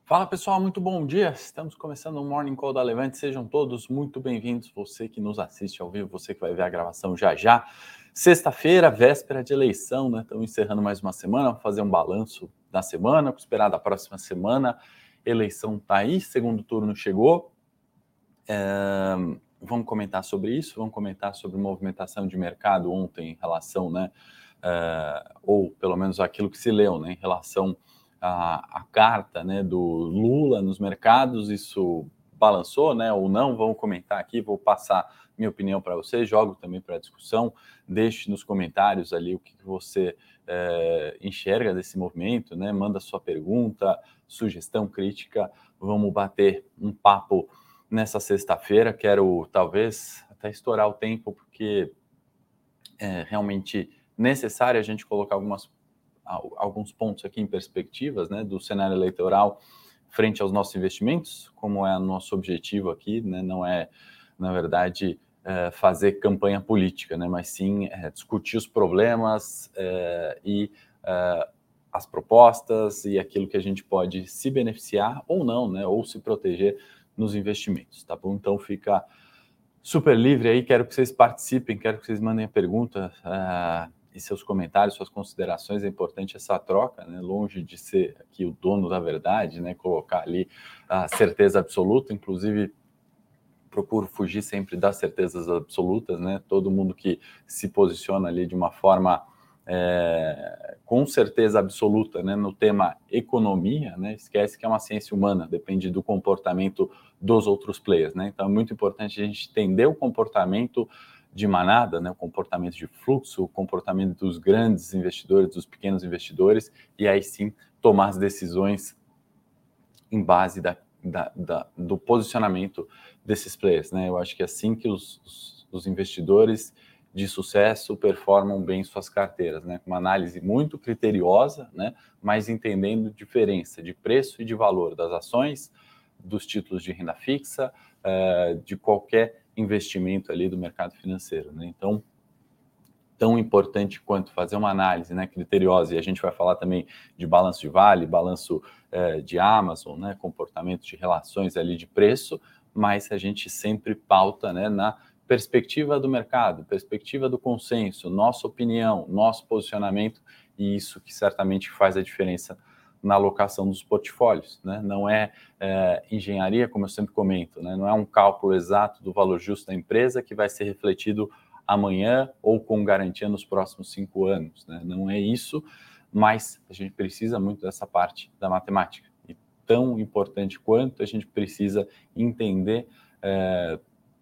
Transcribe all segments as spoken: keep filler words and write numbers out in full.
Fala pessoal, muito bom dia. Estamos começando o Morning Call da Levante. Sejam todos muito bem-vindos. Você que nos assiste ao vivo, você que vai ver a gravação já já. Sexta-feira, véspera de eleição, né? Estamos encerrando mais uma semana, vamos fazer um balanço da semana, o que esperar da próxima semana. Eleição tá aí, segundo turno chegou. É... Vamos comentar sobre isso, vamos comentar sobre movimentação de mercado ontem em relação, né? É... Ou pelo menos aquilo que se leu, né? Em relação A, a carta, né, do Lula nos mercados, isso balançou, né, ou não? Vamos comentar aqui, vou passar minha opinião para vocês, jogo também para a discussão, deixe nos comentários ali o que você é, enxerga desse movimento, né, manda sua pergunta, sugestão, crítica, vamos bater um papo nessa sexta-feira, quero talvez até estourar o tempo, porque é realmente necessário a gente colocar algumas alguns pontos aqui em perspectivas, né, do cenário eleitoral frente aos nossos investimentos, como é o nosso objetivo aqui, né, não é, na verdade, é, fazer campanha política, né, mas sim é, discutir os problemas é, e é, as propostas e aquilo que a gente pode se beneficiar ou não, né, ou se proteger nos investimentos, tá bom? Então fica super livre aí, quero que vocês participem, quero que vocês mandem a pergunta, uh, e seus comentários, suas considerações, é importante essa troca, né? Longe de ser aqui o dono da verdade, né? Colocar ali a certeza absoluta, inclusive procuro fugir sempre das certezas absolutas, né? Todo mundo que se posiciona ali de uma forma é, com certeza absoluta, né, no tema economia, né, esquece que é uma ciência humana, depende do comportamento dos outros players, né? Então é muito importante a gente entender o comportamento de manada, né, o comportamento de fluxo, o comportamento dos grandes investidores, dos pequenos investidores, e aí sim tomar as decisões em base da, da, da, do posicionamento desses players, né? Eu acho que é assim que os, os, os investidores de sucesso performam bem suas carteiras, né? Com uma análise muito criteriosa, né? Mas entendendo diferença de preço e de valor das ações, dos títulos de renda fixa, uh, de qualquer investimento ali do mercado financeiro, né? Então, tão importante quanto fazer uma análise, né, criteriosa, e a gente vai falar também de balanço de Vale, balanço eh, de Amazon, né, comportamento de relações ali de preço, mas a gente sempre pauta, né, na perspectiva do mercado, perspectiva do consenso, nossa opinião, nosso posicionamento, e isso que certamente faz a diferença na alocação dos portfólios, né? Não é, é engenharia, como eu sempre comento, né? Não é um cálculo exato do valor justo da empresa que vai ser refletido amanhã ou com garantia nos próximos cinco anos, né? Não é isso, mas a gente precisa muito dessa parte da matemática. E tão importante quanto a gente precisa entender é,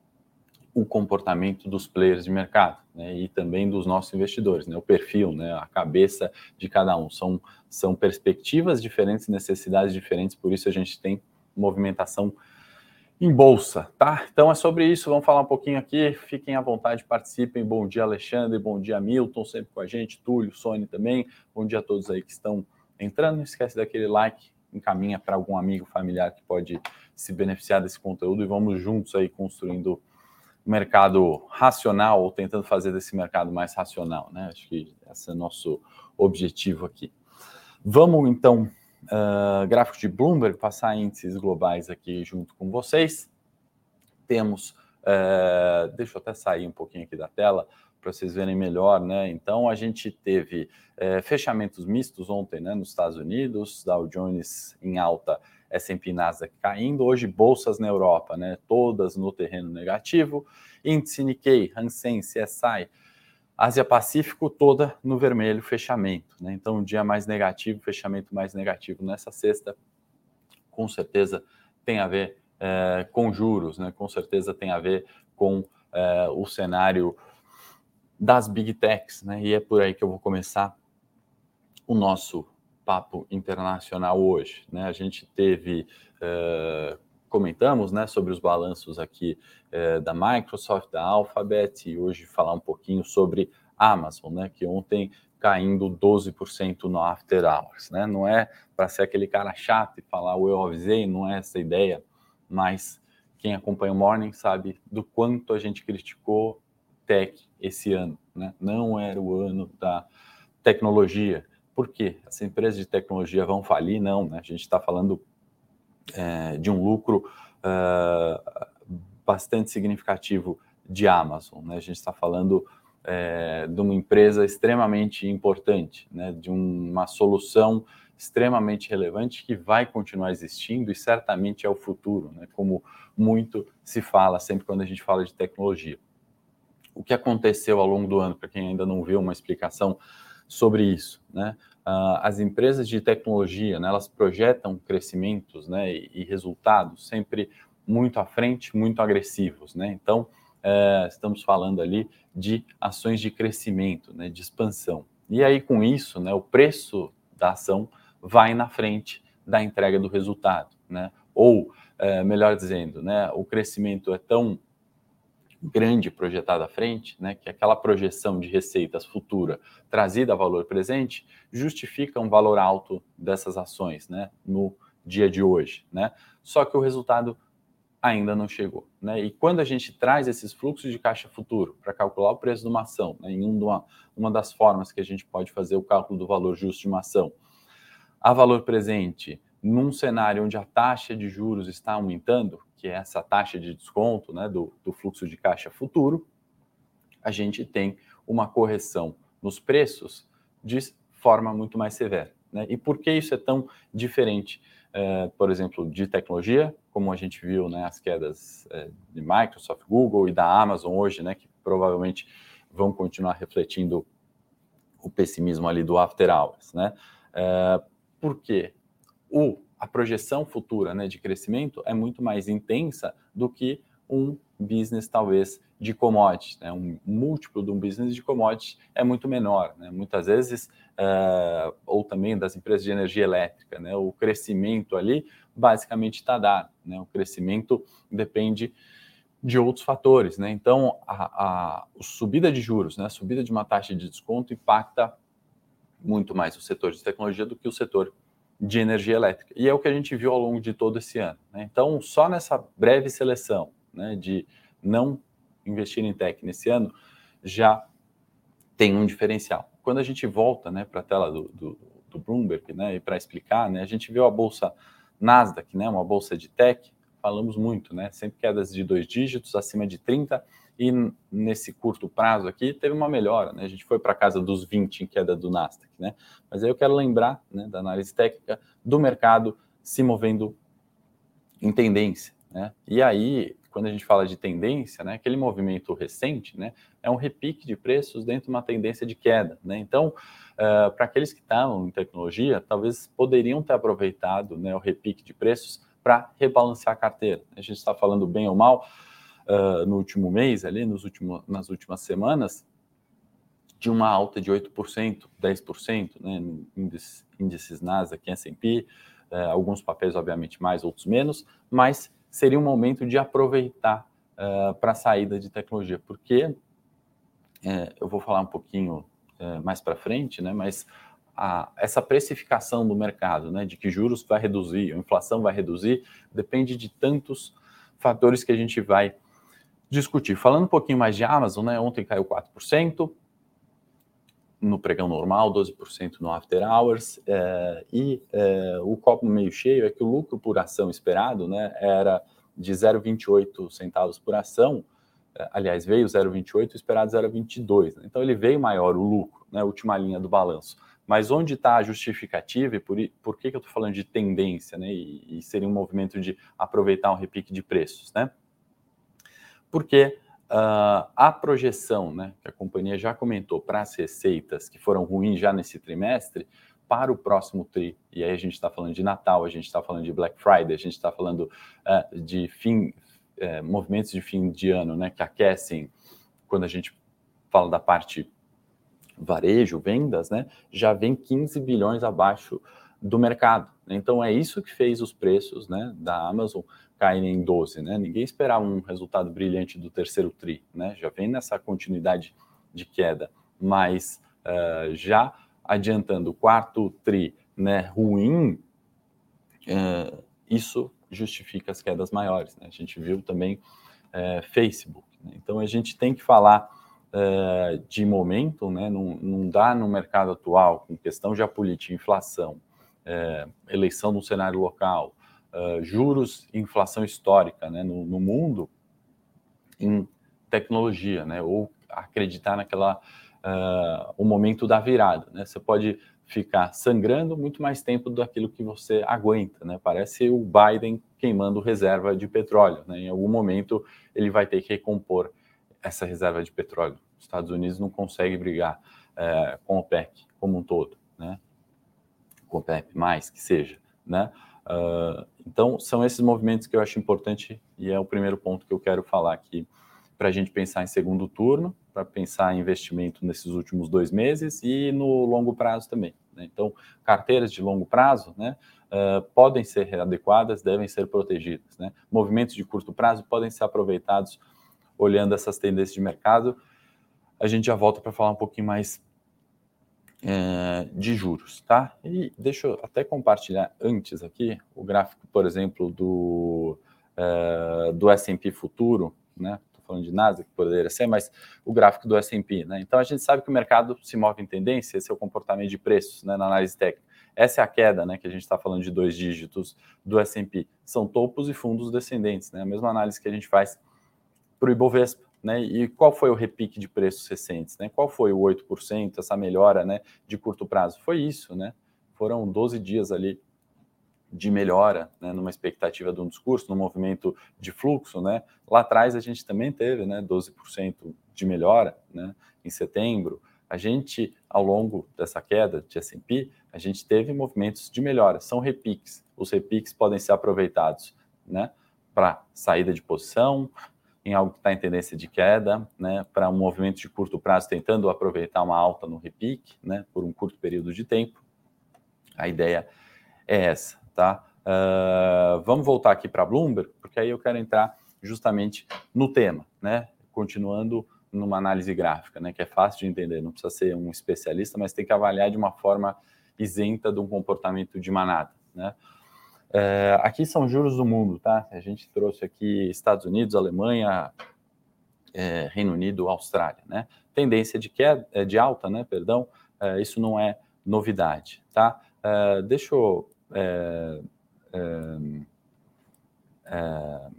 o comportamento dos players de mercado, né? E também dos nossos investidores, né? O perfil, né? A cabeça de cada um. São, são perspectivas diferentes, necessidades diferentes, por isso a gente tem movimentação em bolsa, tá? Então é sobre isso, vamos falar um pouquinho aqui, fiquem à vontade, participem. Bom dia, Alexandre, bom dia, Milton, sempre com a gente, Túlio, Sônia também, bom dia a todos aí que estão entrando, não esquece daquele like, encaminha para algum amigo, familiar que pode se beneficiar desse conteúdo e vamos juntos aí construindo um mercado racional, ou tentando fazer desse mercado mais racional, né? Acho que esse é o nosso objetivo aqui. Vamos então... Uh, gráfico de Bloomberg, passar índices globais aqui junto com vocês. Temos, uh, deixa eu até sair um pouquinho aqui da tela para vocês verem melhor, né? Então a gente teve uh, fechamentos mistos ontem, né, nos Estados Unidos, Dow Jones em alta, S and P Nasdaq caindo, hoje bolsas na Europa, né, todas no terreno negativo, índice Nikkei, Hansen, C S I, Ásia-Pacífico toda no vermelho, fechamento, né? Então, um dia mais negativo, fechamento mais negativo nessa sexta, com certeza tem a ver é, com juros, né? Com certeza tem a ver com é, o cenário das Big Techs, né? E é por aí que eu vou começar o nosso papo internacional hoje, né? A gente teve... É, comentamos, né, sobre os balanços aqui é, da Microsoft, da Alphabet, e hoje falar um pouquinho sobre Amazon, né, que ontem caindo doze por cento no After Hours, né? Não é para ser aquele cara chato e falar o eu avisei, não é essa a ideia, mas quem acompanha o Morning sabe do quanto a gente criticou tech esse ano, né? Não era o ano da tecnologia. Por quê? As empresas de tecnologia vão falir? Não, né? A gente está falando é, de um lucro uh, bastante significativo de Amazon, né? A gente está falando é, de uma empresa extremamente importante, né? De um, uma solução extremamente relevante que vai continuar existindo e certamente é o futuro, né? Como muito se fala sempre quando a gente fala de tecnologia. O que aconteceu ao longo do ano, para quem ainda não viu uma explicação sobre isso, né? Uh, as empresas de tecnologia, né, elas projetam crescimentos, né, e, e resultados sempre muito à frente, muito agressivos, né? Então, uh, estamos falando ali de ações de crescimento, né, de expansão. E aí, com isso, né, o preço da ação vai na frente da entrega do resultado, né? Ou, uh, melhor dizendo, né, o crescimento é tão grande projetado à frente, né, que aquela projeção de receitas futura trazida a valor presente justifica um valor alto dessas ações, né, no dia de hoje, né? Só que o resultado ainda não chegou, né? E quando a gente traz esses fluxos de caixa futuro para calcular o preço de uma ação, né, em uma, uma das formas que a gente pode fazer o cálculo do valor justo de uma ação, a valor presente, num cenário onde a taxa de juros está aumentando, que é essa taxa de desconto, né, do, do fluxo de caixa futuro, a gente tem uma correção nos preços de forma muito mais severa, né? E por que isso é tão diferente, é, por exemplo, de tecnologia, como a gente viu, né, as quedas é, de Microsoft, Google e da Amazon hoje, né, que provavelmente vão continuar refletindo o pessimismo ali do after hours, né? É, porque o, a projeção futura, né, de crescimento é muito mais intensa do que um business, talvez, de commodities, né? Um múltiplo de um business de commodities é muito menor, né? Muitas vezes, uh, ou também das empresas de energia elétrica, né? O crescimento ali basicamente está dado, né? O crescimento depende de outros fatores, né? Então, a, a, a subida de juros, né? A subida de uma taxa de desconto impacta muito mais o setor de tecnologia do que o setor de energia elétrica. E é o que a gente viu ao longo de todo esse ano, né? Então, só nessa breve seleção, né, de não investir em tech nesse ano, já tem um diferencial. Quando a gente volta, né, para a tela do, do, do Bloomberg, né, e para explicar, né, a gente viu a bolsa Nasdaq, né, uma bolsa de tech, falamos muito, né, sempre quedas de dois dígitos, acima de trinta, e nesse curto prazo aqui teve uma melhora, né? A gente foi para casa dos vinte em queda do Nasdaq, né? Mas aí eu quero lembrar, né, da análise técnica do mercado se movendo em tendência, né? E aí, quando a gente fala de tendência, né, aquele movimento recente, né, é um repique de preços dentro de uma tendência de queda, né? Então, uh, para aqueles que estavam em tecnologia, talvez poderiam ter aproveitado, né, o repique de preços para rebalancear a carteira. A gente está falando bem ou mal, Uh, no último mês, ali, nos últimos, nas últimas semanas, de uma alta de oito por cento, dez por cento, né, índices, índices Nasdaq, S and P, uh, alguns papéis, obviamente, mais, outros menos, mas seria um momento de aproveitar uh, para a saída de tecnologia, porque, uh, eu vou falar um pouquinho uh, mais para frente, né, mas a, essa precificação do mercado, né, de que juros vai reduzir, a inflação vai reduzir, depende de tantos fatores que a gente vai discutir. Falando um pouquinho mais de Amazon, né? Ontem caiu quatro por cento no pregão normal, doze por cento no after hours, é, e é, o copo meio cheio é que o lucro por ação esperado, né, era de zero vírgula vinte e oito centavos por ação, é, aliás, veio zero vírgula vinte e oito, esperado zero vírgula vinte e dois, né? Então ele veio maior o lucro, né, última linha do balanço. Mas onde está a justificativa e por, por que, que eu estou falando de tendência, né, e, e seria um movimento de aproveitar um repique de preços, né? Porque uh, a projeção, né, que a companhia já comentou para as receitas que foram ruins já nesse trimestre, para o próximo tri, e aí a gente está falando de Natal, a gente está falando de Black Friday, a gente está falando uh, de fim, uh, movimentos de fim de ano, né, que aquecem, quando a gente fala da parte varejo, vendas, né, já vem quinze bilhões abaixo do mercado. Então é isso que fez os preços, né, da Amazon caírem em doze, né? Ninguém esperava um resultado brilhante do terceiro tri, né? Já vem nessa continuidade de queda, mas uh, já adiantando o quarto tri, né, ruim, uh, isso justifica as quedas maiores, né? A gente viu também uh, Facebook, né? Então a gente tem que falar uh, de momento, né? Não, não dá no mercado atual, com questão geopolítica, inflação, uh, eleição no cenário local, uh, juros e inflação histórica, né, no, no mundo em tecnologia, né, ou acreditar naquela uh, o momento da virada, né? Você pode ficar sangrando muito mais tempo daquilo que você aguenta, né? Parece o Biden queimando reserva de petróleo, né? Em algum momento ele vai ter que recompor essa reserva de petróleo. Os Estados Unidos não consegue brigar uh, com a OPEC como um todo, né? Com a OPEC mais que seja, né? Uh, então são esses movimentos que eu acho importante e é o primeiro ponto que eu quero falar aqui para a gente pensar em segundo turno, para pensar em investimento nesses últimos dois meses e no longo prazo também, né? Então, carteiras de longo prazo, né, uh, podem ser readequadas, devem ser protegidas, né? Movimentos de curto prazo podem ser aproveitados olhando essas tendências de mercado. A gente já volta para falar um pouquinho mais é, de juros, tá? E deixa eu até compartilhar antes aqui o gráfico, por exemplo, do, uh, do S and P futuro, né? Falando de Nasdaq, que poderia ser, mas o gráfico do S and P, né? Então a gente sabe que o mercado se move em tendência, esse é o comportamento de preços, né, na análise técnica. Essa é a queda, né, que a gente está falando de dois dígitos do S and P. São topos e fundos descendentes, né? A mesma análise que a gente faz para o Ibovespa, né? E qual foi o repique de preços recentes, né? Qual foi o oito por cento, essa melhora, né, de curto prazo? Foi isso, né? Foram doze dias ali de melhora, né, numa expectativa de um discurso, num movimento de fluxo, né? Lá atrás a gente também teve, né, doze por cento de melhora, né, em setembro. A gente, ao longo dessa queda de S and P, a gente teve movimentos de melhora, são repiques. Os repiques podem ser aproveitados, né, para saída de posição, em algo que está em tendência de queda, né, para um movimento de curto prazo tentando aproveitar uma alta no repique, né, por um curto período de tempo. A ideia é essa, tá? Uh, vamos voltar aqui para a Bloomberg, porque aí eu quero entrar justamente no tema, né? Continuando numa análise gráfica, né, que é fácil de entender, não precisa ser um especialista, mas tem que avaliar de uma forma isenta de um comportamento de manada, né? Uh, aqui são juros do mundo, tá? A gente trouxe aqui Estados Unidos, Alemanha, é, Reino Unido, Austrália, né? Tendência de queda, de alta, né? Perdão, uh, isso não é novidade, tá? Uh, deixa eu É, é, é,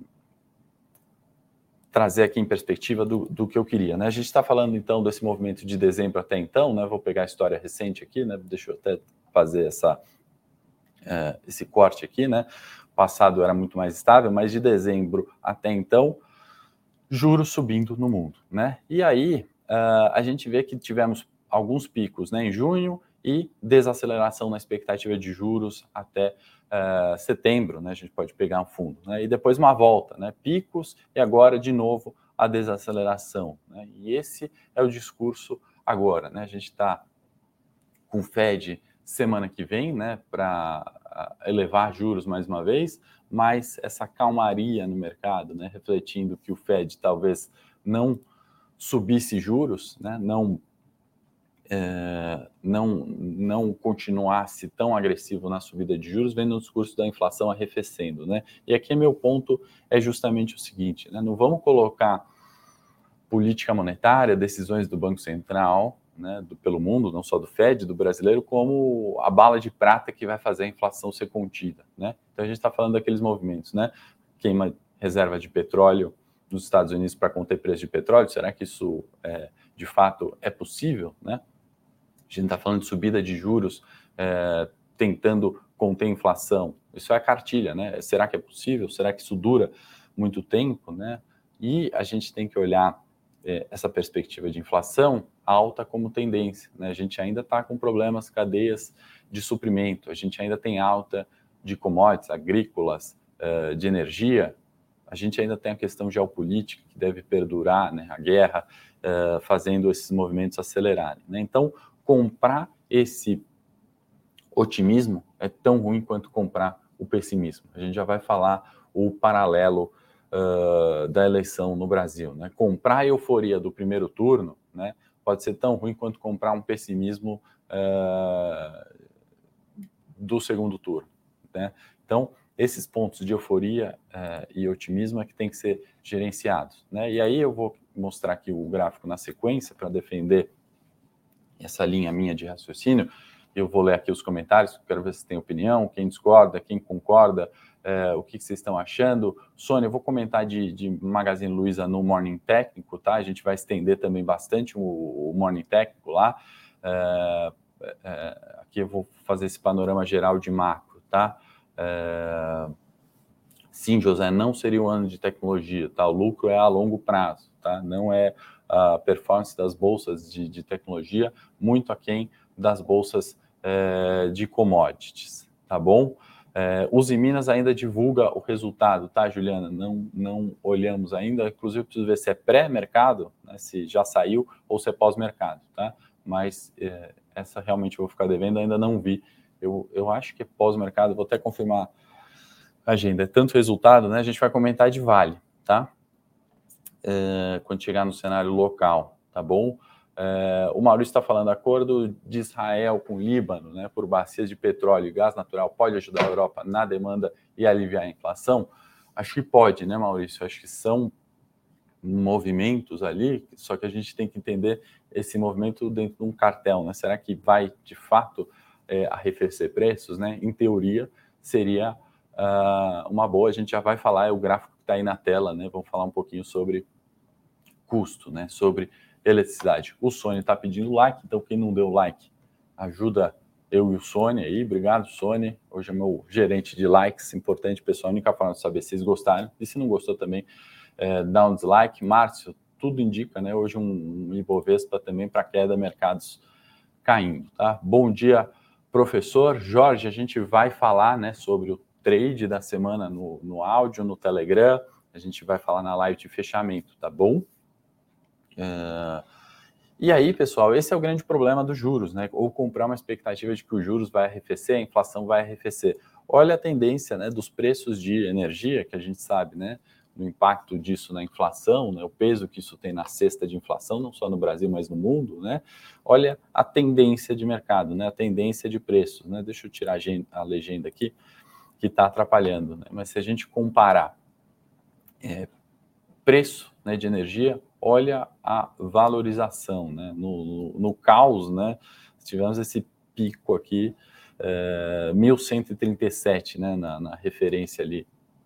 trazer aqui em perspectiva do, do que eu queria, né? A gente está falando então desse movimento de dezembro até então, né? Vou pegar a história recente aqui, né? Deixa eu até fazer essa, é, esse corte aqui, né? O passado era muito mais estável, mas de dezembro até então, juros subindo no mundo, né? E aí uh, a gente vê que tivemos alguns picos, né? Em junho e desaceleração na expectativa de juros até uh, setembro, né? A gente pode pegar um fundo, né? E depois uma volta, né? Picos e agora de novo a desaceleração, né? E esse é o discurso agora, né? A gente está com o Fed semana que vem, né? Para elevar juros mais uma vez, mas essa calmaria no mercado, né? Refletindo que o Fed talvez não subisse juros, né? Não É, não, não continuasse tão agressivo na subida de juros, vendo o discurso da inflação arrefecendo, né? E aqui meu ponto é justamente o seguinte, né? Não vamos colocar política monetária, decisões do Banco Central, né, do, pelo mundo, não só do Fed, do brasileiro, como a bala de prata que vai fazer a inflação ser contida, né? Então a gente está falando daqueles movimentos, né? Queima reserva de petróleo dos Estados Unidos para conter preço de petróleo, será que isso é, de fato é possível, né? A gente está falando de subida de juros, é, tentando conter a inflação. Isso é a cartilha, né? Será que é possível? Será que isso dura muito tempo, né? E a gente tem que olhar é, essa perspectiva de inflação alta como tendência, né? A gente ainda está com problemas, cadeias de suprimento, a gente ainda tem alta de commodities agrícolas, uh, de energia, a gente ainda tem a questão geopolítica que deve perdurar, né? A guerra uh, fazendo esses movimentos acelerarem, né? Então, comprar esse otimismo é tão ruim quanto comprar o pessimismo. A gente já vai falar o paralelo uh, da eleição no Brasil, né? Comprar a euforia do primeiro turno, né, pode ser tão ruim quanto comprar um pessimismo uh, do segundo turno, né? Então, esses pontos de euforia uh, e otimismo é que tem que ser gerenciados, né? E aí eu vou mostrar aqui o gráfico na sequência para defender essa linha minha de raciocínio. eu vou ler aqui os comentários, quero ver se tem opinião, quem discorda, quem concorda, é, o que, que vocês estão achando. Sônia, eu vou comentar de, de Magazine Luiza no Morning Técnico, tá? A gente vai estender também bastante o, o Morning Técnico lá. É, é, aqui eu vou fazer esse panorama geral de macro, tá? É, sim, José, não seria um ano de tecnologia, tá? O lucro é a longo prazo, tá? Não é a performance das bolsas de, de tecnologia, muito aquém das bolsas é, de commodities, tá bom? É, Usiminas ainda divulga o resultado, tá, Juliana? Não, não olhamos ainda, inclusive preciso ver se é pré-mercado, né, se já saiu, ou se é pós-mercado, tá? Mas é, essa realmente eu vou ficar devendo, ainda não vi. Eu, eu acho que é pós-mercado, vou até confirmar a agenda. É tanto resultado, né? A gente vai comentar de Vale, tá? É, quando chegar no cenário local, tá bom? É, o Maurício está falando, acordo de Israel com o Líbano, né, por bacias de petróleo e gás natural, pode ajudar a Europa na demanda e aliviar a inflação? Acho que pode, né, Maurício? Acho que são movimentos ali, só que a gente tem que entender esse movimento dentro de um cartel, né? Será que vai, de fato, é, arrefecer preços, né? Em teoria, seria uh, uma boa. A gente já vai falar, é o gráfico que está aí na tela, né? Vamos falar um pouquinho sobre custo, né? Sobre eletricidade. O Sônia está pedindo like, então quem não deu like, ajuda eu e o Sônia aí. Obrigado, Sônia. Hoje é meu gerente de likes, importante, pessoal. A única forma de saber se vocês gostaram. E se não gostou também, é, dá um dislike. Márcio, tudo indica, né? Hoje um, um Ibovespa também para queda, mercados caindo, tá? Bom dia, professor. Jorge, a gente vai falar, né, sobre o trade da semana no, no áudio, no Telegram. A gente vai falar na live de fechamento, tá bom? Uh, e aí, pessoal, esse é o grande problema dos juros, né? Ou comprar uma expectativa de que os juros vai arrefecer, a inflação vai arrefecer. Olha a tendência, né, dos preços de energia, que a gente sabe, né, no impacto disso na inflação, né, o peso que isso tem na cesta de inflação, não só no Brasil, mas no mundo, né? Olha a tendência de mercado, né, a tendência de preços, né? Deixa eu tirar a legenda aqui, que está atrapalhando, né? Mas se a gente comparar é, preço, né, de energia, olha a valorização, né? No, no, no caos, né? Tivemos esse pico aqui, é, mil cento e trinta e sete, né? Na, na referência ali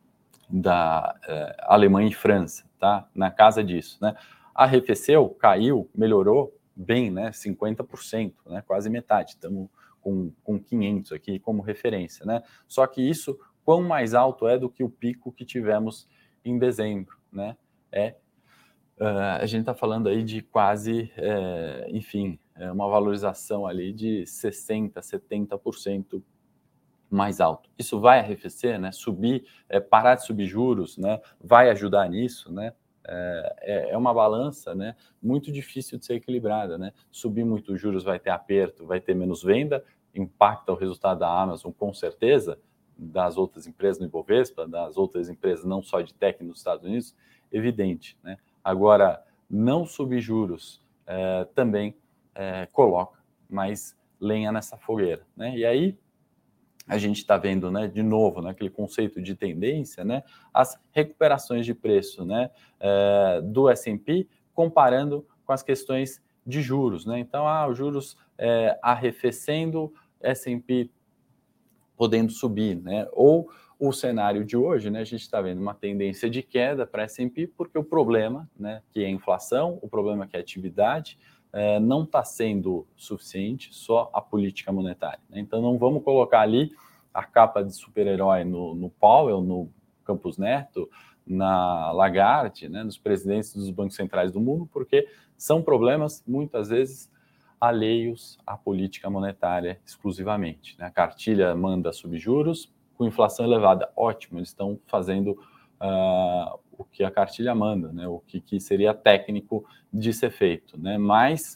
da é, Alemanha e França, tá? Na casa disso, né? Arrefeceu, caiu, melhorou bem, né? cinquenta por cento, né? Quase metade. Estamos com, com quinhentos aqui como referência, né? Só que isso, quão mais alto é do que o pico que tivemos em dezembro, né? É Uh, a gente está falando aí de quase, é, enfim, é uma valorização ali de sessenta por cento, setenta por cento mais alto. Isso vai arrefecer, né? Subir, é, parar de subir juros, né? Vai ajudar nisso, né? É, é uma balança, né, muito difícil de ser equilibrada, né? Subir muito juros vai ter aperto, vai ter menos venda, impacta o resultado da Amazon com certeza, das outras empresas no Ibovespa, das outras empresas não só de tech nos Estados Unidos, evidente, né? Agora, não subir juros é, também é, coloca mais lenha nessa fogueira, né? E aí a gente está vendo, né, de novo, né, aquele conceito de tendência, né, as recuperações de preço, né, é, do S and P comparando com as questões de juros, né? Então, ah, os juros é, arrefecendo, S and P podendo subir, né? Ou o cenário de hoje, né, a gente está vendo uma tendência de queda para S and P, porque o problema, né, que é a inflação, o problema que é a atividade, é, não está sendo suficiente, só a política monetária, né? Então não vamos colocar ali a capa de super-herói no, no Powell, no Campos Neto, na Lagarde, né, nos presidentes dos bancos centrais do mundo, porque são problemas, muitas vezes, alheios à política monetária exclusivamente, né? A cartilha manda subir juros, com inflação elevada, ótimo, eles estão fazendo uh, o que a cartilha manda, né? O que, que seria técnico de ser feito, né? Mas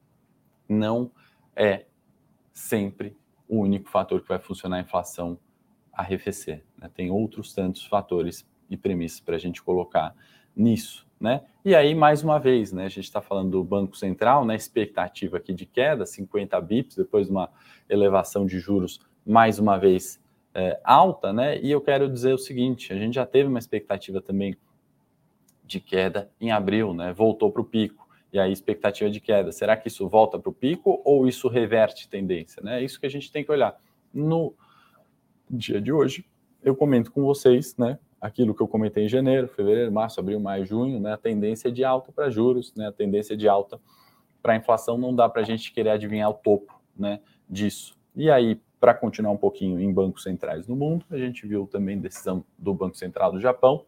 não é sempre o único fator que vai funcionar a inflação arrefecer, né? Tem outros tantos fatores e premissas para a gente colocar nisso, né? E aí, mais uma vez, né, a gente está falando do Banco Central, né, expectativa aqui de queda, cinquenta bips, depois de uma elevação de juros, mais uma vez, é, alta, né? E eu quero dizer o seguinte, a gente já teve uma expectativa também de queda em abril, né? Voltou para o pico. e aí expectativa de queda. Será que isso volta para o pico ou isso reverte tendência? Né? É isso que a gente tem que olhar. No dia de hoje, eu comento com vocês, né, aquilo que eu comentei em janeiro, fevereiro, março, abril, maio, junho, né, a tendência de alta para juros, né, a tendência de alta para a inflação. Não dá para a gente querer adivinhar o topo, né, disso. E aí, para continuar um pouquinho em bancos centrais no mundo, a gente viu também decisão do Banco Central do Japão,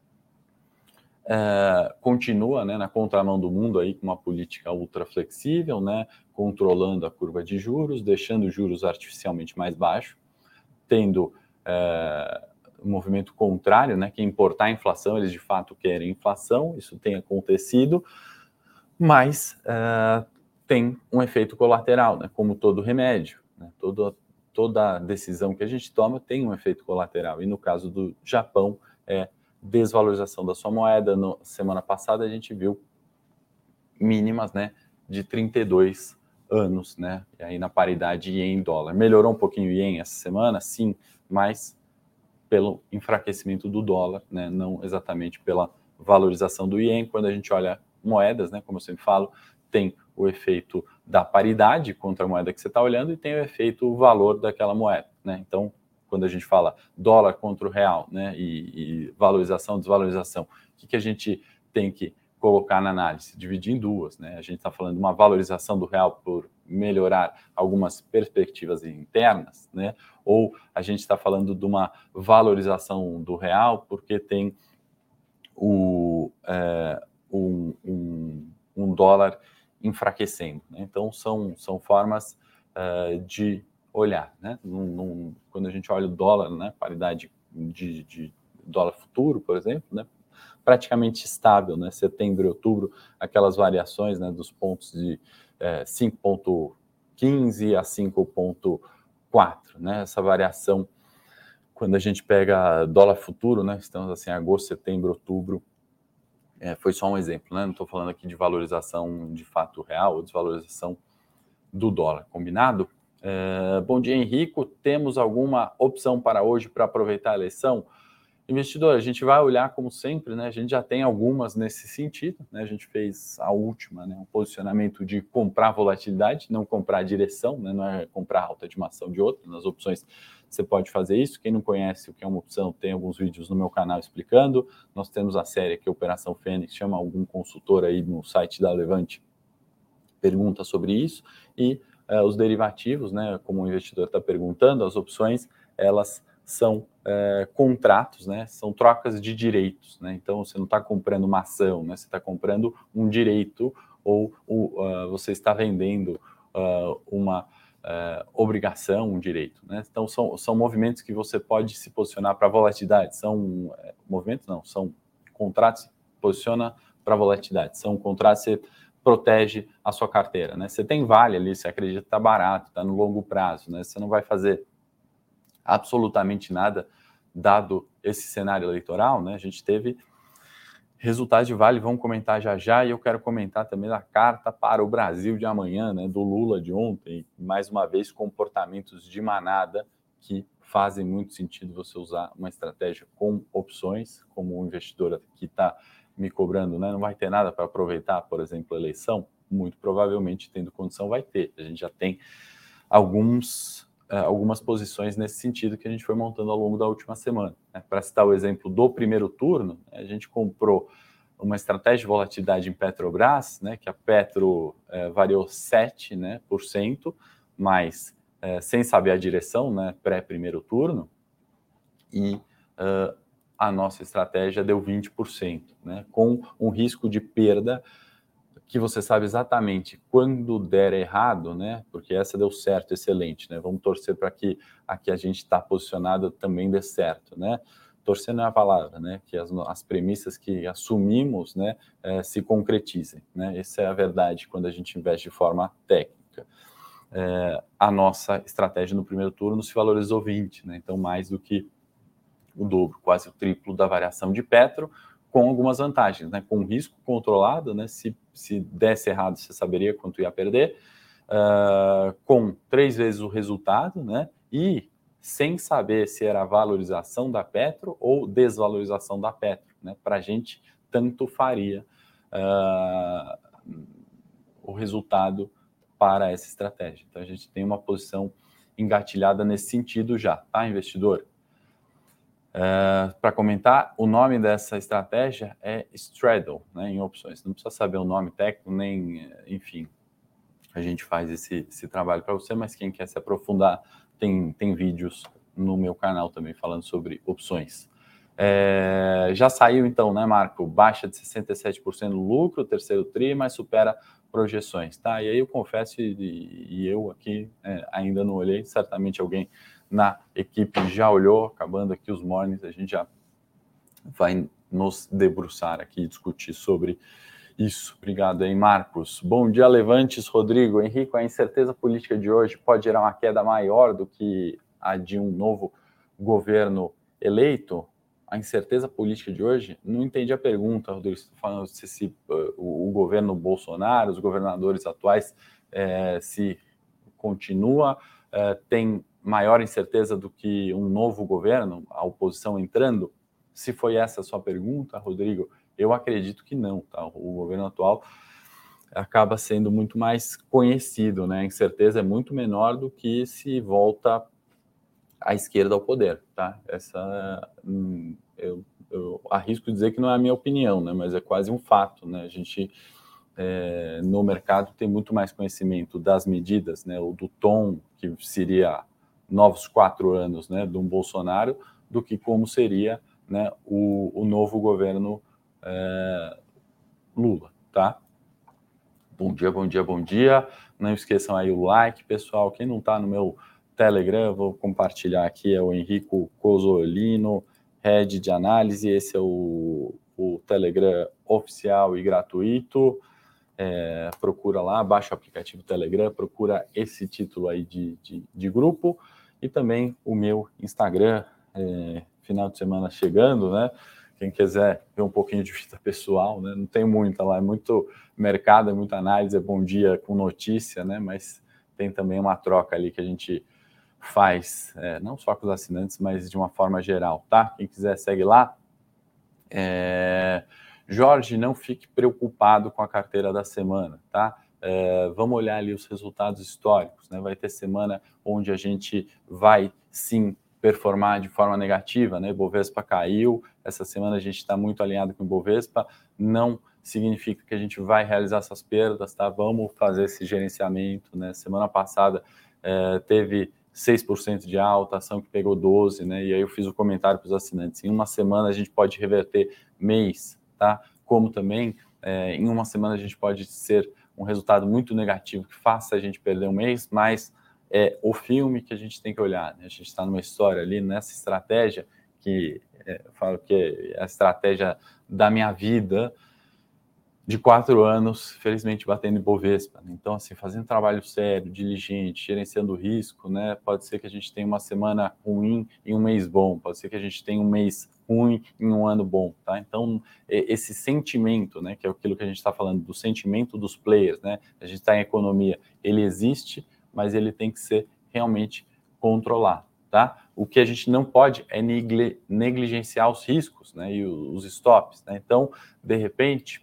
é, continua, né, na contramão do mundo aí com uma política ultra flexível, né, controlando a curva de juros, deixando os juros artificialmente mais baixos, tendo é, um movimento contrário, né, que é importar a inflação. Eles de fato querem inflação, isso tem acontecido, mas é, tem um efeito colateral, né, como todo remédio, né, todo, toda decisão que a gente toma tem um efeito colateral, e no caso do Japão é desvalorização da sua moeda. Na semana passada a gente viu mínimas, né, de trinta e dois anos, né, e aí na paridade ien-dólar. Melhorou um pouquinho o ien essa semana, sim, mas pelo enfraquecimento do dólar, né, não exatamente pela valorização do ien. Quando a gente olha moedas, né, como eu sempre falo, tem o efeito da paridade contra a moeda que você está olhando e tem o efeito o valor daquela moeda, né. Então, quando a gente fala dólar contra o real, né, e, e valorização, desvalorização, o que, que a gente tem que colocar na análise? Dividir em duas, né? A gente está falando de uma valorização do real por melhorar algumas perspectivas internas, né? Ou a gente está falando de uma valorização do real porque tem o, é, um, um, um dólar enfraquecendo, né? Então, são, são formas uh, de olhar, né? Num, num, quando a gente olha o dólar, né, paridade de, de dólar futuro, por exemplo, né, praticamente estável, né, setembro e outubro, aquelas variações, né, dos pontos de é, cinco ponto quinze a cinco ponto quatro, né, essa variação, quando a gente pega dólar futuro, né, estamos assim, agosto, setembro, outubro, é, foi só um exemplo, né, não estou falando aqui de valorização de fato real ou desvalorização do dólar, combinado? É, bom dia, Henrico. Temos alguma opção para hoje para aproveitar a eleição? Investidor, a gente vai olhar como sempre, né? A gente já tem algumas nesse sentido, né? A gente fez a última, né? Um posicionamento de comprar volatilidade, não comprar direção, né? Não é comprar alta de uma ação de outra. Nas opções você pode fazer isso. Quem não conhece o que é uma opção, tem alguns vídeos no meu canal explicando. Nós temos a série aqui, Operação Fênix, chama algum consultor aí no site da Levante, pergunta sobre isso. E uh, os derivativos, né? Como o investidor está perguntando, as opções, elas são é, contratos, né? São trocas de direitos, né? Então você não está comprando uma ação, né? Você está comprando um direito, ou uh, você está vendendo uh, uma uh, obrigação, um direito, né? Então são, são movimentos que você pode se posicionar para volatilidade. São uh, movimentos, não, são contratos que se posiciona para volatilidade. São contratos que você protege a sua carteira, né? Você tem vale ali, você acredita que está barato, está no longo prazo, né? Você não vai fazer absolutamente nada, dado esse cenário eleitoral, né? A gente teve resultados de Vale, vamos comentar já já, e eu quero comentar também da carta para o Brasil de amanhã, né? Do Lula de ontem, mais uma vez comportamentos de manada que fazem muito sentido você usar uma estratégia com opções, como o investidor que está me cobrando, né? Não vai ter nada para aproveitar, por exemplo, a eleição? Muito provavelmente, tendo condição, vai ter. A gente já tem alguns algumas posições nesse sentido que a gente foi montando ao longo da última semana. Né? Para citar o exemplo do primeiro turno, a gente comprou uma estratégia de volatilidade em Petrobras, né, que a Petro é, variou sete, né, por cento, mas é, sem saber a direção, né, pré-primeiro turno, e uh, a nossa estratégia deu vinte por cento, né, com um risco de perda que você sabe exatamente quando der errado, né? Porque essa deu certo, excelente, né? Vamos torcer para que aqui a gente está posicionado também dê certo, né? Torcer não é a palavra, né? Que as, as premissas que assumimos, né, é, se concretizem, né? Essa é a verdade quando a gente investe de forma técnica. É, a nossa estratégia no primeiro turno se valorizou vinte, né? Então mais do que o dobro, quase o triplo da variação de Petro, com algumas vantagens, né? Com risco controlado, né? Se, se desse errado, você saberia quanto ia perder, uh, com três vezes o resultado, né? E sem saber se era valorização da Petro ou desvalorização da Petro, né? Para a gente, tanto faria. Uh, o resultado para essa estratégia. Então, a gente tem uma posição engatilhada nesse sentido já, tá, investidor? Uh, para comentar, o nome dessa estratégia é Straddle, né, em opções. Não precisa saber o nome técnico, nem, enfim, a gente faz esse, esse trabalho para você, mas quem quer se aprofundar, tem, tem vídeos no meu canal também falando sobre opções. É, já saiu então, né, Marco? Baixa de sessenta e sete por cento no lucro, terceiro tri, mas supera projeções, tá? E aí eu confesso, e, e eu aqui é, ainda não olhei, certamente alguém na equipe já olhou, acabando aqui os mornings, a gente já vai nos debruçar aqui e discutir sobre isso. Obrigado aí, Marcos. Bom dia, Levantes, Rodrigo. Henrique, a incerteza política de hoje pode gerar uma queda maior do que a de um novo governo eleito? A incerteza política de hoje? Não entendi a pergunta, Rodrigo. Você está falando se, se uh, o, o governo Bolsonaro, os governadores atuais, eh, se continua, eh, tem maior incerteza do que um novo governo, a oposição entrando? Se foi essa a sua pergunta, Rodrigo, eu acredito que não, tá? O governo atual acaba sendo muito mais conhecido, né? A incerteza é muito menor do que se volta à esquerda ao poder, tá? Essa, eu, eu arrisco dizer que não é a minha opinião, né? Mas é quase um fato, né? A gente, é, no mercado, tem muito mais conhecimento das medidas, né? Ou do tom que seria novos quatro anos, né? De um Bolsonaro, do que como seria, né, o, o novo governo é, Lula, tá? Bom dia, bom dia, bom dia. Não esqueçam aí o like, pessoal. Quem não está no meu Telegram, vou compartilhar aqui, é o Henrico Cosolino, Head de Análise. Esse é o, o Telegram oficial e gratuito. É, procura lá, baixa o aplicativo Telegram, procura esse título aí de, de, de grupo. E também o meu Instagram, é, final de semana chegando, né? Quem quiser ver um pouquinho de vida pessoal, né? Não tem muita lá, é muito mercado, é muita análise, é bom dia com notícia, né? Mas tem também uma troca ali que a gente faz, é, não só com os assinantes, mas de uma forma geral, tá? Quem quiser segue lá. É... Jorge, não fique preocupado com a carteira da semana, tá? É, vamos olhar ali os resultados históricos, né? Vai ter semana onde a gente vai, sim, performar de forma negativa, né? Ibovespa caiu, essa semana a gente está muito alinhado com o Ibovespa, não significa que a gente vai realizar essas perdas, tá? Vamos fazer esse gerenciamento, né? Semana passada é, teve seis por cento de alta, ação que pegou doze por cento, né? E aí eu fiz o comentário para os assinantes, em uma semana a gente pode reverter mês, tá? Como também, é, em uma semana a gente pode ser um resultado muito negativo que faça a gente perder um mês, mas é o filme que a gente tem que olhar, né? A gente está numa história ali, nessa estratégia, que é, eu falo que é a estratégia da minha vida, de quatro anos, felizmente batendo em Bovespa. Então, assim, fazendo trabalho sério, diligente, gerenciando o risco, né? Pode ser que a gente tenha uma semana ruim e um mês bom, pode ser que a gente tenha um mês ruim em um ano bom, tá? Então, esse sentimento, né, que é aquilo que a gente está falando, do sentimento dos players, né? A gente está em economia, ele existe, mas ele tem que ser realmente controlado, tá? O que a gente não pode é negligenciar os riscos, né, e os stops, né? Então, de repente,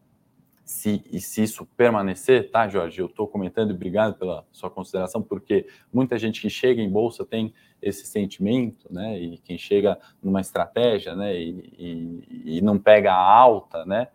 Se, e se isso permanecer, tá, Jorge? Eu estou comentando e obrigado pela sua consideração, porque muita gente que chega em bolsa tem esse sentimento, né? E quem chega numa estratégia, né? E, e, e não pega a alta, né?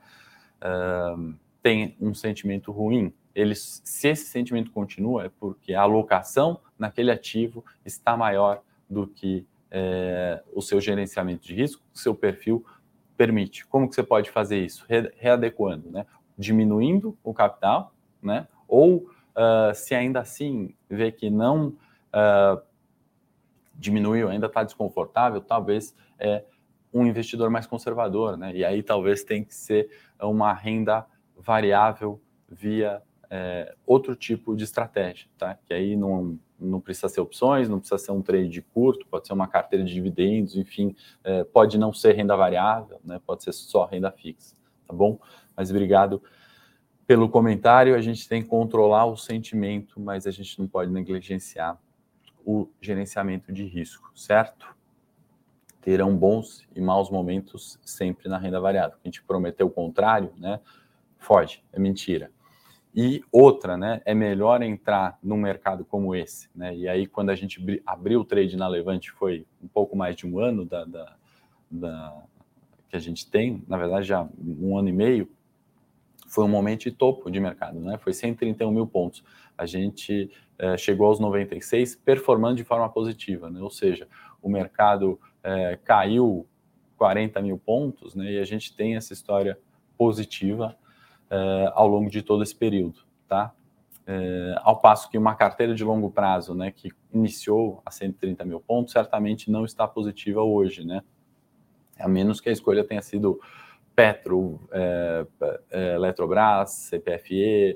Uh, tem um sentimento ruim. Eles, se esse sentimento continua, é porque a alocação naquele ativo está maior do que é, o seu gerenciamento de risco, o seu perfil permite. Como que você pode fazer isso? Re, readequando, né? Diminuindo o capital, né? Ou uh, se ainda assim vê que não uh, diminuiu, ainda está desconfortável, talvez é um investidor mais conservador, né? E aí talvez tem que ser uma renda variável via é, outro tipo de estratégia, tá? Que aí não, não precisa ser opções, não precisa ser um trade curto, pode ser uma carteira de dividendos, enfim, é, pode não ser renda variável, né? Pode ser só renda fixa, tá bom? Mas obrigado pelo comentário. A gente tem que controlar o sentimento, mas a gente não pode negligenciar o gerenciamento de risco, certo? Terão bons e maus momentos sempre na renda variável. A gente prometeu o contrário, né? Foge, é mentira. E outra, né, é melhor entrar num mercado como esse, né? E aí, quando a gente abriu o trade na Levante, foi um pouco mais de um ano da, da, da, que a gente tem, na verdade, já um ano e meio, foi um momento de topo de mercado, né? Foi cento e trinta e um mil pontos. A gente é, chegou aos noventa e seis, performando de forma positiva, né? Ou seja, o mercado é, caiu quarenta mil pontos, né? E a gente tem essa história positiva é, ao longo de todo esse período, tá? É, ao passo que uma carteira de longo prazo, né, que iniciou a cento e trinta mil pontos, certamente não está positiva hoje, né? A menos que a escolha tenha sido Petro, é, é, Eletrobras, C P F E,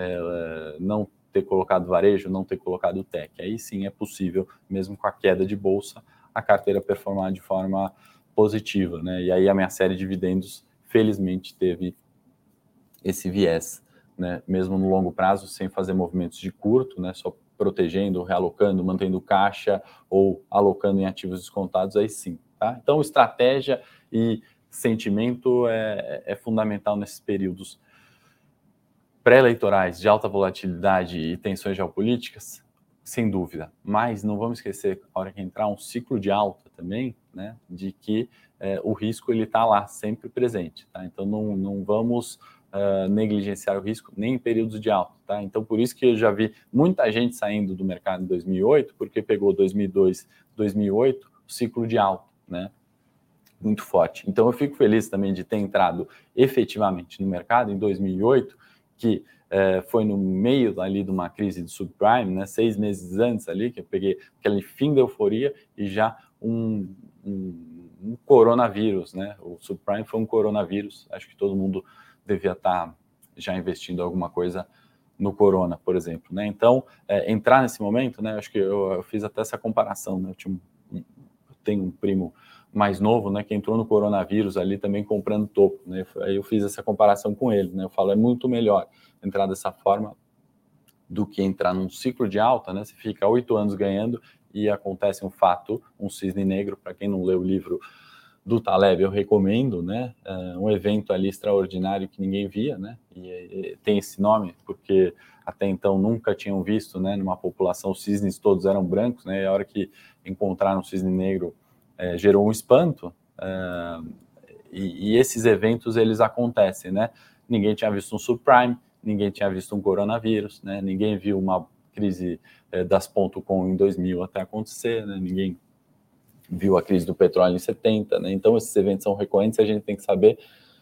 é, não ter colocado varejo, não ter colocado tech. Aí sim é possível, mesmo com a queda de bolsa, a carteira performar de forma positiva, né? E aí a minha série de dividendos, felizmente, teve esse viés, né? Mesmo no longo prazo, sem fazer movimentos de curto, né? Só protegendo, realocando, mantendo caixa ou alocando em ativos descontados, aí sim, tá? Então, estratégia e sentimento é, é fundamental nesses períodos pré-eleitorais de alta volatilidade e tensões geopolíticas, sem dúvida. Mas não vamos esquecer, na hora que entrar um ciclo de alta também, né, de que é, o risco ele está lá, sempre presente. Tá? Então não, não vamos uh, negligenciar o risco nem em períodos de alta. Tá? Então por isso que eu já vi muita gente saindo do mercado em dois mil e oito, porque pegou dois mil e dois, dois mil e oito, o ciclo de alta, né? Muito forte. Então eu fico feliz também de ter entrado efetivamente no mercado em dois mil e oito, que é, foi no meio ali de uma crise de subprime, né, seis meses antes ali, que eu peguei aquele fim da euforia e já um, um, um coronavírus, né, o subprime foi um coronavírus, acho que todo mundo devia estar já investindo alguma coisa no corona, por exemplo, né, então é, entrar nesse momento, né, acho que eu, eu fiz até essa comparação, né, eu, tinha um, eu tenho um primo mais novo, né, que entrou no coronavírus ali também comprando topo, né, aí eu fiz essa comparação com ele, né, eu falo, é muito melhor entrar dessa forma do que entrar num ciclo de alta, né, você fica oito anos ganhando e acontece um fato, um cisne negro, para quem não leu o livro do Taleb, eu recomendo, né, um evento ali extraordinário que ninguém via, né, e, e tem esse nome porque até então nunca tinham visto, né, numa população, os cisnes todos eram brancos, né, e a hora que encontraram um cisne negro, É, gerou um espanto, é, e, e esses eventos eles acontecem, né? Ninguém tinha visto um subprime, ninguém tinha visto um coronavírus, né? Ninguém viu uma crise é, das ponto com em dois mil até acontecer, né? Ninguém viu a crise do petróleo em setenta, né? Então esses eventos são recorrentes e a gente tem que saber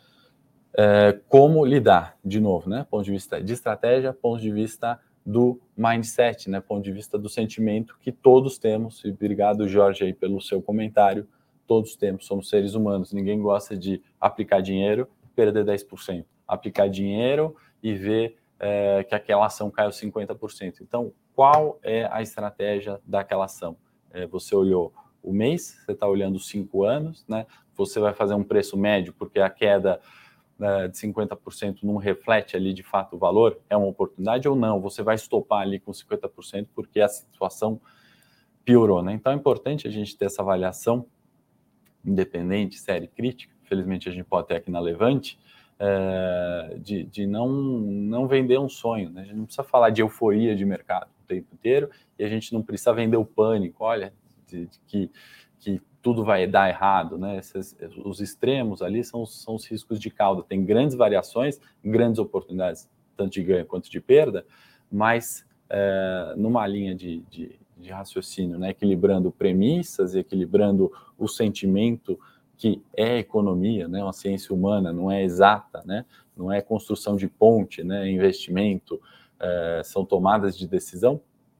é, como lidar, de novo, né? Ponto de vista de estratégia, ponto de vista do mindset, né? Ponto de vista do sentimento que todos temos, e obrigado, Jorge, aí, pelo seu comentário, todos temos, somos seres humanos, ninguém gosta de aplicar dinheiro e perder dez por cento, aplicar dinheiro e ver é, que aquela ação caiu cinquenta por cento. Então, qual é a estratégia daquela ação? É, você olhou o mês, você está olhando cinco anos, né? Você vai fazer um preço médio, porque a queda de cinquenta por cento não reflete ali de fato o valor, é uma oportunidade ou não? Você vai estopar ali com cinquenta por cento porque a situação piorou, né? Então é importante a gente ter essa avaliação independente, séria e crítica, felizmente a gente pode ter aqui na Levante, é, de, de não, não vender um sonho, né? A gente não precisa falar de euforia de mercado o tempo inteiro e a gente não precisa vender o pânico, olha, de, de que, que tudo vai dar errado, né? Esses, os extremos ali são, são os riscos de cauda. Tem grandes variações, grandes oportunidades, tanto de ganho quanto de perda, mas é, numa linha de, de, de raciocínio, né? Equilibrando premissas e equilibrando o sentimento que é economia, né? Uma ciência humana, não é exata, né? Não é construção de ponte, né? Investimento, é, são tomadas de decisão.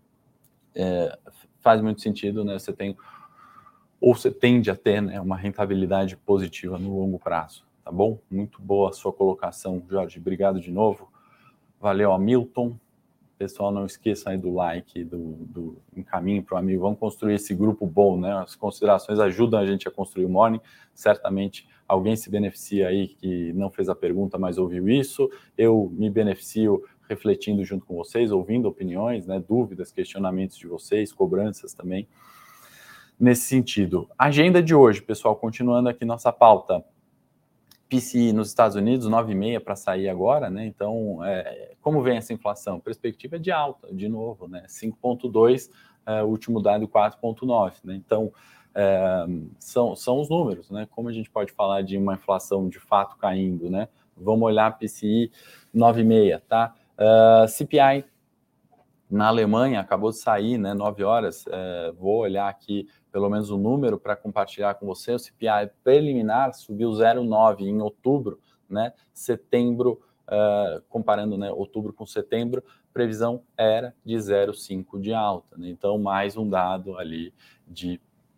É, faz muito sentido, né? Você tem ou você tende a ter, né, uma rentabilidade positiva no longo prazo, tá bom? Muito boa a sua colocação, Jorge. Obrigado de novo. Valeu, Hamilton. Pessoal, não esqueçam aí do like, do, do encaminho para o amigo. Vamos construir esse grupo bom, né? As considerações ajudam a gente a construir o Morning. Certamente alguém se beneficia aí que não fez a pergunta, mas ouviu isso. Eu me beneficio refletindo junto com vocês, ouvindo opiniões, né? Dúvidas, questionamentos de vocês, cobranças também. Nesse sentido, agenda de hoje, pessoal, continuando aqui nossa pauta. P C I nos Estados Unidos, nove vírgula cinco para sair agora, né? Então, é, como vem essa inflação? Perspectiva de alta, de novo, né? cinco vírgula dois, é, o último dado quatro vírgula nove, né? Então, é, são, são os números, né? Como a gente pode falar de uma inflação de fato caindo, né? Vamos olhar P C I nove vírgula cinco, tá? Uh, C P I na Alemanha acabou de sair, né? nove horas. É, vou olhar aqui pelo menos o número para compartilhar com você. O C P I preliminar subiu zero vírgula nove em outubro, né? Setembro, uh, comparando, né, outubro com setembro, previsão era de zero vírgula cinco de alta, né? Então, mais um dado ali de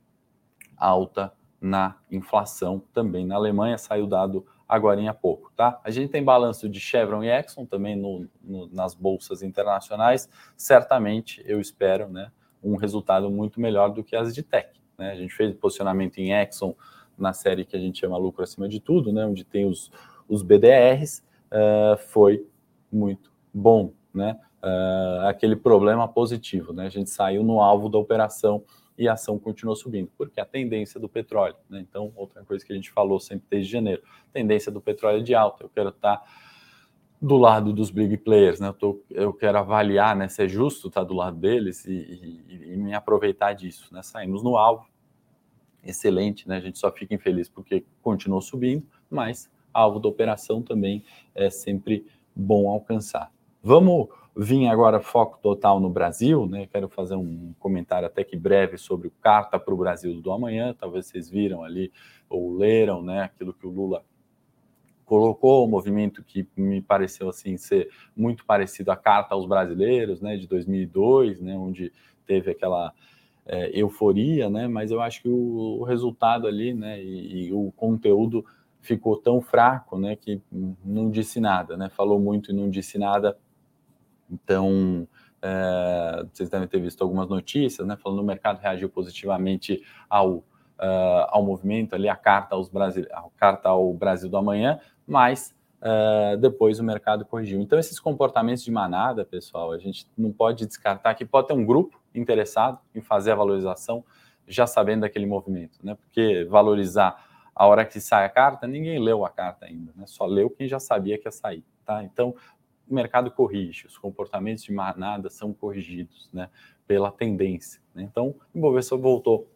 alta na inflação também. Na Alemanha saiu dado agora há pouco, tá? A gente tem balanço de Chevron e Exxon também no, no, nas bolsas internacionais. Certamente, eu espero, né, um resultado muito melhor do que as de tech, né? A gente fez posicionamento em Exxon na série que a gente chama lucro acima de tudo, né, onde tem os, os B D Rs, uh, foi muito bom, né? Uh, aquele problema positivo, né? A gente saiu no alvo da operação e a ação continuou subindo, porque a tendência do petróleo, né? Então, outra coisa que a gente falou sempre desde janeiro, tendência do petróleo é de alta. Eu quero estar do lado dos big players, né? Eu, tô, eu quero avaliar, né, se é justo estar do lado deles e, e, e me aproveitar disso, né? Saímos no alvo, excelente, né? A gente só fica infeliz porque continuou subindo, mas alvo da operação também é sempre bom alcançar. Vamos vir agora foco total no Brasil, né? Quero fazer um comentário até que breve sobre o Carta para o Brasil do amanhã. Talvez vocês viram ali ou leram, né, aquilo que o Lula colocou, um movimento que me pareceu assim ser muito parecido à Carta aos Brasileiros, né, de dois mil e dois, né, onde teve aquela é, euforia, né? Mas eu acho que o, o resultado ali, né, e, e o conteúdo ficou tão fraco, né, que não disse nada, né? Falou muito e não disse nada. Então, é, vocês devem ter visto algumas notícias, né, falando que o mercado reagiu positivamente ao, uh, ao movimento, ali, a carta, aos Brasil, a carta ao Brasil do amanhã, mas uh, depois o mercado corrigiu. Então, esses comportamentos de manada, pessoal, a gente não pode descartar que pode ter um grupo interessado em fazer a valorização, já sabendo daquele movimento, né, porque valorizar a hora que sai a carta, ninguém leu a carta ainda, né, só leu quem já sabia que ia sair, tá? Então, o mercado corrige, os comportamentos de manada são corrigidos, né, pela tendência, né? Então, o Ibovespa voltou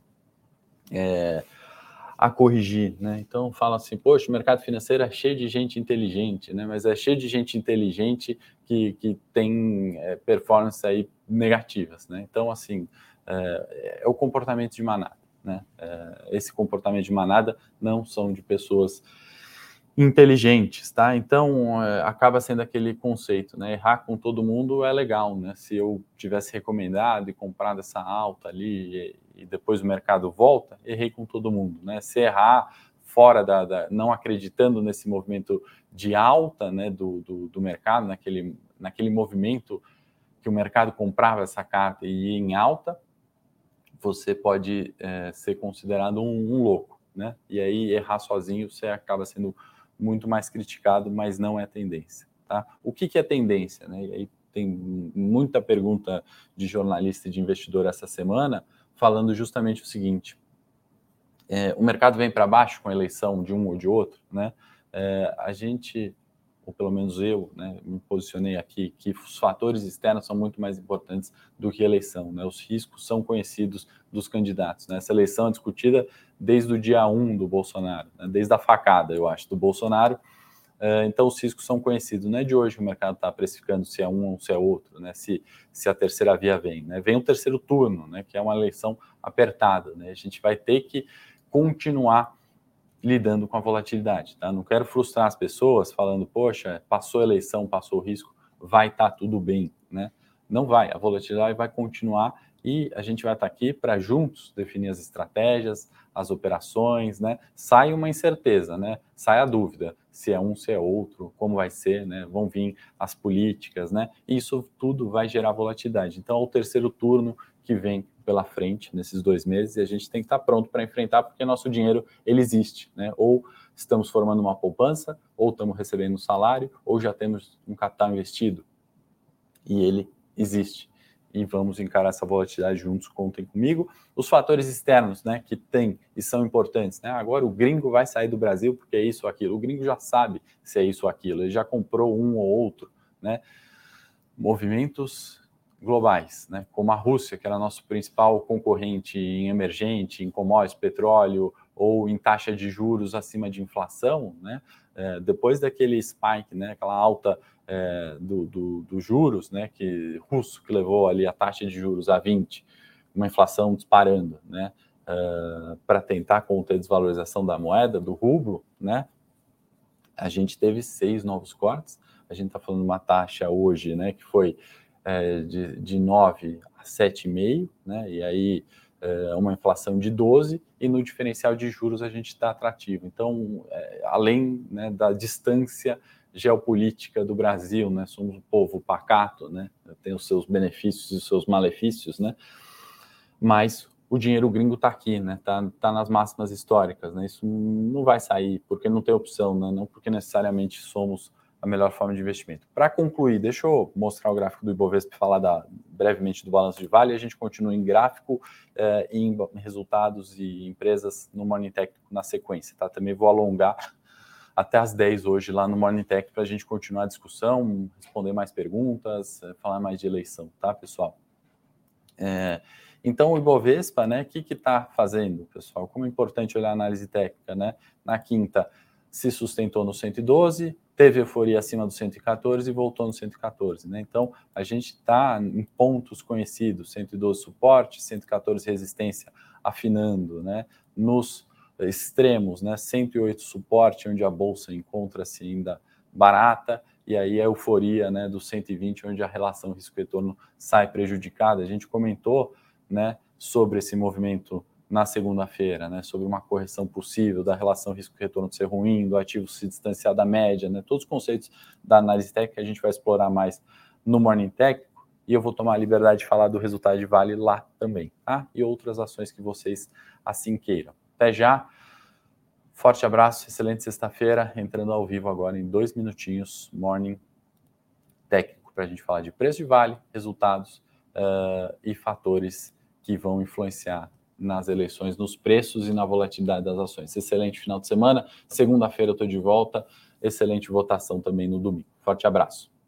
é, a corrigir, né? Então, fala assim, poxa, o mercado financeiro é cheio de gente inteligente, né? Mas é cheio de gente inteligente que, que tem é, performances aí negativas, né? Então, assim, é, é o comportamento de manada, né? É, esse comportamento de manada não são de pessoas inteligentes, tá? Então, é, acaba sendo aquele conceito, né? Errar com todo mundo é legal, né? Se eu tivesse recomendado e comprado essa alta ali e, e depois o mercado volta, errei com todo mundo, né? Se errar fora da, da não acreditando nesse movimento de alta, né, do, do, do mercado, naquele, naquele movimento que o mercado comprava essa carta e ia em alta, você pode é, ser considerado um, um louco, né? E aí errar sozinho você acaba sendo muito mais criticado, mas não é tendência, tá? O que, que é tendência, né? E aí tem muita pergunta de jornalista e de investidor essa semana falando justamente o seguinte: é, o mercado vem para baixo com a eleição de um ou de outro, né? É, a gente, ou pelo menos eu, né, me posicionei aqui, que os fatores externos são muito mais importantes do que a eleição, né? Os riscos são conhecidos dos candidatos, né? Essa eleição é discutida desde o dia um do Bolsonaro, né? Desde a facada, eu acho, do Bolsonaro. Uh, então, os riscos são conhecidos. Não é de hoje que o mercado está precificando se é um ou se é outro, né? se, se a terceira via vem, né? Vem o terceiro turno, né? Que é uma eleição apertada, né? A gente vai ter que continuar lidando com a volatilidade, tá? Não quero frustrar as pessoas falando, poxa, passou a eleição, passou o risco, vai estar tá tudo bem, né? Não vai, a volatilidade vai continuar e a gente vai estar tá aqui para juntos definir as estratégias, as operações, né? Sai uma incerteza, né? Sai a dúvida se é um, se é outro, como vai ser, né? Vão vir as políticas, né? E isso tudo vai gerar volatilidade. Então, é o terceiro turno que vem pela frente nesses dois meses e a gente tem que estar pronto para enfrentar, porque nosso dinheiro, ele existe, né? Ou estamos formando uma poupança, ou estamos recebendo um salário, ou já temos um capital investido e ele existe. e vamos encarar essa volatilidade juntos, contem comigo. Os fatores externos, né, que tem e são importantes, né? Agora o gringo vai sair do Brasil porque é isso ou aquilo. O gringo já sabe se é isso ou aquilo, ele já comprou um ou outro, né? Movimentos globais, né, como a Rússia, que era nosso principal concorrente em emergente, em commodities, petróleo ou em taxa de juros acima de inflação, né, é, depois daquele spike, né, aquela alta é, do, do, do juros, né, que russo que levou ali a taxa de juros a vinte, uma inflação disparando, né, uh, para tentar conter a desvalorização da moeda, do rublo, né, a gente teve seis novos cortes. A gente está falando de uma taxa hoje, né, que foi é, de, de nove a sete vírgula cinco, né, e aí é, uma inflação de doze, e no diferencial de juros a gente está atrativo. Então, é, além, né, da distância geopolítica do Brasil, né, somos um povo pacato, né, tem os seus benefícios e os seus malefícios, né, mas o dinheiro gringo está aqui, né, tá, tá nas máximas históricas, né, isso não vai sair porque não tem opção, né, não porque necessariamente somos a melhor forma de investimento. Para concluir, deixa eu mostrar o gráfico do Ibovespa e falar da, brevemente do balanço de Vale, e a gente continua em gráfico, eh, em resultados e empresas no Morning Tech na sequência, tá? Também vou alongar até às dez hoje lá no Morning Tech para a gente continuar a discussão, responder mais perguntas, falar mais de eleição, tá, pessoal? É, então, o Ibovespa, né, o que está fazendo, pessoal? Como é importante olhar a análise técnica, né? Na quinta, se sustentou no cento e doze, teve euforia acima do cento e quatorze e voltou no cento e quatorze, né? Então, a gente está em pontos conhecidos, cento e doze suporte, cento e quatorze resistência, afinando, né? Nos extremos, né? cento e oito suporte, onde a bolsa encontra-se ainda barata, e aí a euforia, né, do cento e vinte, onde a relação risco-retorno sai prejudicada. A gente comentou, né, sobre esse movimento na segunda-feira, né, sobre uma correção possível da relação risco-retorno ser ruim, do ativo se distanciar da média, né, todos os conceitos da análise técnica a gente vai explorar mais no Morning Técnico, e eu vou tomar a liberdade de falar do resultado de Vale lá também, tá? E outras ações que vocês assim queiram. Até já! Forte abraço, excelente sexta-feira, entrando ao vivo agora em dois minutinhos, Morning Técnico, para a gente falar de preço de Vale, resultados uh, e fatores que vão influenciar nas eleições, nos preços e na volatilidade das ações. Excelente final de semana, segunda-feira eu estou de volta, excelente votação também no domingo. Forte abraço.